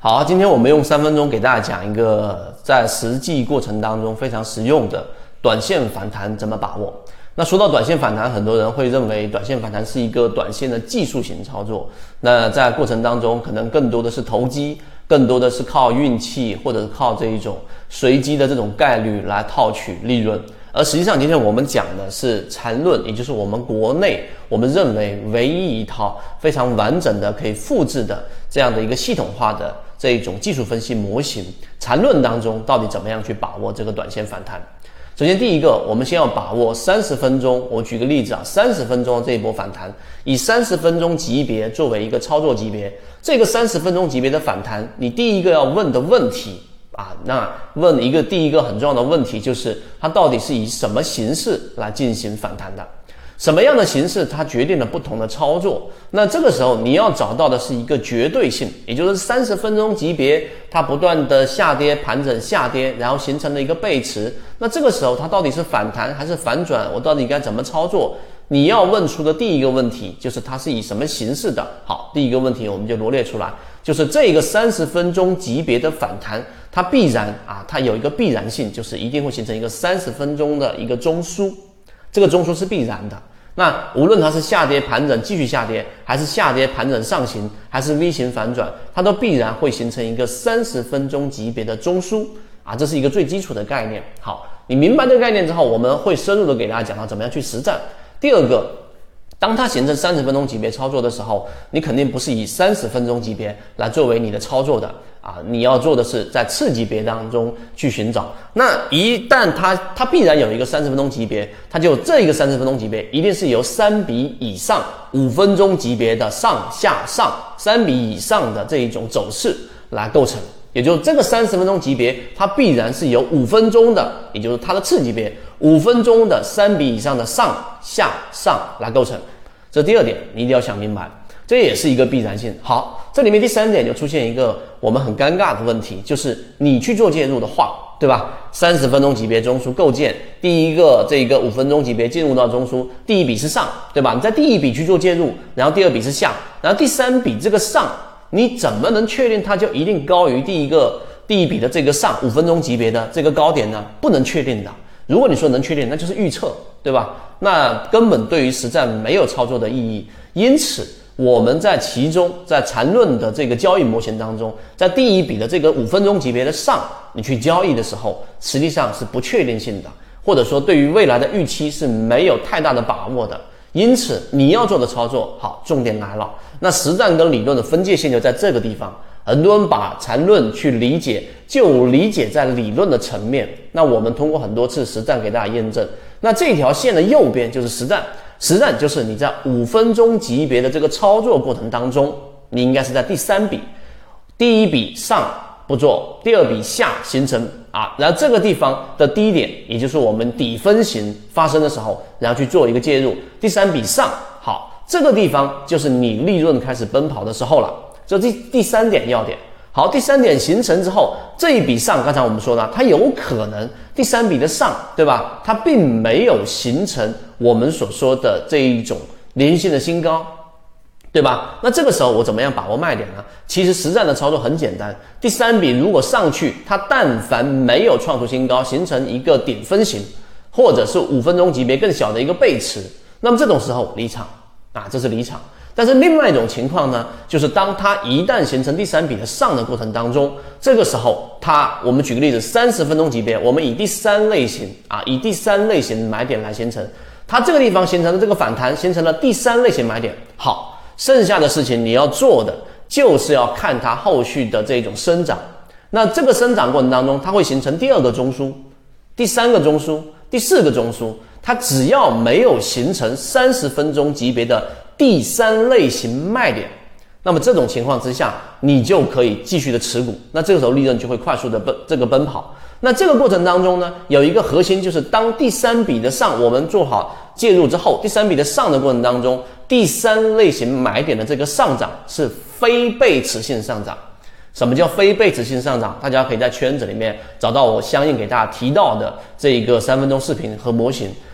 好，今天我们用3分钟给大家讲一个在实际过程当中非常实用的短线反弹怎么把握。那说到短线反弹，很多人会认为短线反弹是一个短线的技术型操作，那在过程当中可能更多的是投机，更多的是靠运气或者是靠这一种随机的这种概率来套取利润。而实际上今天我们讲的是缠论，也就是我们国内我们认为唯一一套非常完整的可以复制的这样的一个系统化的这一种技术分析模型。缠论当中到底怎么样去把握这个短线反弹？首先第一个，我们先要把握30分钟，我举个例子30分钟的这一波反弹，以30分钟级别作为一个操作级别，这个30分钟级别的反弹，你第一个要问的问题那问第一个很重要的问题就是它到底是以什么形式来进行反弹的，什么样的形式它决定了不同的操作。那这个时候你要找到的是一个绝对性，也就是30分钟级别它不断的下跌盘整下跌，然后形成了一个背驰，那这个时候它到底是反弹还是反转，我到底该怎么操作？你要问出的第一个问题就是它是以什么形式的。好，第一个问题我们就罗列出来，就是这个30分钟级别的反弹，它必然它有一个必然性，就是一定会形成一个30分钟的一个中枢，这个中枢是必然的。那无论它是下跌盘整继续下跌，还是下跌盘整上行，还是 V 型反转，它都必然会形成一个30分钟级别的中枢这是一个最基础的概念。好，你明白这个概念之后，我们会深入的给大家讲到怎么样去实战。第二个，当它形成30分钟级别操作的时候，你肯定不是以30分钟级别来作为你的操作的你要做的是在次级别当中去寻找。那一旦它必然有一个30分钟级别，它就这一个30分钟级别一定是由3笔以上5分钟级别的上下上3笔以上的这一种走势来构成。也就是这个30分钟级别，它必然是由5分钟的，也就是它的次级别5分钟的3笔以上的上下上来构成。这第二点你一定要想明白，这也是一个必然性。好，这里面第3点就出现一个我们很尴尬的问题，就是你去做介入的话，对吧？30分钟级别中枢构建，第一个这个5分钟级别进入到中枢，第一笔是上，对吧？你在第一笔去做介入，然后第二笔是下，然后第3笔这个上，你怎么能确定它就一定高于第一笔的这个上5分钟级别的这个高点呢？不能确定的。如果你说能确定，那就是预测，对吧？那根本对于实战没有操作的意义。因此我们在其中，在缠论的这个交易模型当中，在第一笔的这个5分钟级别的上，你去交易的时候，实际上是不确定性的，或者说对于未来的预期是没有太大的把握的。因此你要做的操作，好，重点来了。那实战跟理论的分界线就在这个地方。很多人把缠论去理解，就理解在理论的层面。那我们通过很多次实战给大家验证，那这条线的右边就是实战，实战就是你在5分钟级别的这个操作过程当中，你应该是在第3笔，第一笔上不做，第二笔下形成然后这个地方的低点，也就是我们底分型发生的时候，然后去做一个介入，第3笔上，好，这个地方就是你利润开始奔跑的时候了。这第3点要点。好，第3点形成之后，这一笔上，刚才我们说的，它有可能第3笔的上，对吧？它并没有形成我们所说的这一种连续性的新高，对吧？那这个时候我怎么样把握卖点呢？其实实战的操作很简单，第3笔如果上去，它但凡没有创出新高，形成一个顶分型，或者是5分钟级别更小的一个背驰，那么这种时候离场这是离场。但是另外一种情况呢，就是当它一旦形成第3笔的上的过程当中，这个时候我们举个例子，30分钟级别，我们以第3类型买点来形成，它这个地方形成的这个反弹形成了第3类型买点。好，剩下的事情你要做的就是要看它后续的这种生长。那这个生长过程当中，它会形成第2个中枢、第3个中枢、第4个中枢，它只要没有形成30分钟级别的第3类型卖点，那么这种情况之下，你就可以继续的持股，那这个时候利润就会快速的奔跑。那这个过程当中呢，有一个核心，就是当第3笔的上我们做好介入之后，第3笔的上的过程当中，第3类型买点的这个上涨是非背驰性上涨。什么叫非背驰性上涨？大家可以在圈子里面找到我相应给大家提到的这一个3分钟视频和模型。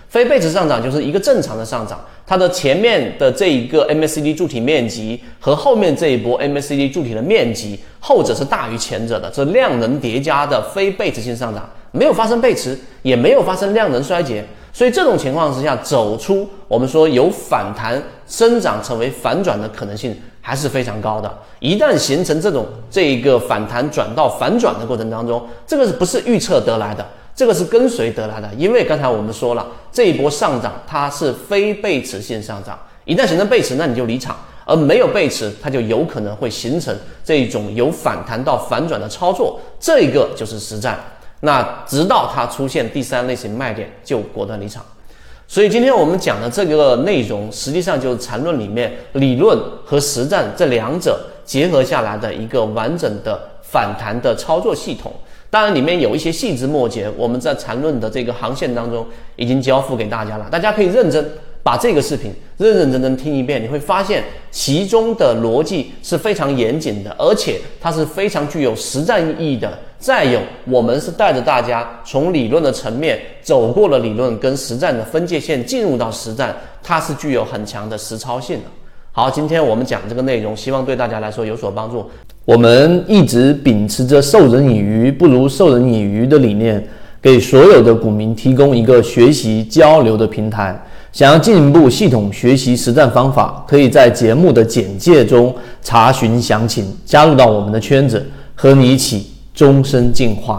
非背驰上涨就是一个正常的上涨，它的前面的这一个 MACD 柱体面积和后面这一波 MACD 柱体的面积，后者是大于前者的，这量能叠加的非背驰性上涨，没有发生背驰，也没有发生量能衰竭，所以这种情况之下，走出我们说由反弹生长成为反转的可能性还是非常高的。一旦形成这一个反弹转到反转的过程当中，这个不是预测得来的，这个是跟随得来的。因为刚才我们说了，这一波上涨它是非背驰性上涨，一旦形成背驰，那你就离场，而没有背驰，它就有可能会形成这种由反弹到反转的操作，这个就是实战。那直到它出现第三类型卖点，就果断离场。所以今天我们讲的这个内容，实际上就是缠论里面理论和实战这两者结合下来的一个完整的反弹的操作系统。当然里面有一些细枝末节，我们在缠论的这个航线当中已经交付给大家了，大家可以认真把这个视频认真听一遍，你会发现其中的逻辑是非常严谨的，而且它是非常具有实战意义的。再有，我们是带着大家从理论的层面走过了理论跟实战的分界线，进入到实战，它是具有很强的实操性的。好，今天我们讲这个内容，希望对大家来说有所帮助。我们一直秉持着授人以鱼不如授人以渔的理念，给所有的股民提供一个学习交流的平台。想要进一步系统学习实战方法，可以在节目的简介中查询详情，加入到我们的圈子，和你一起终身进化。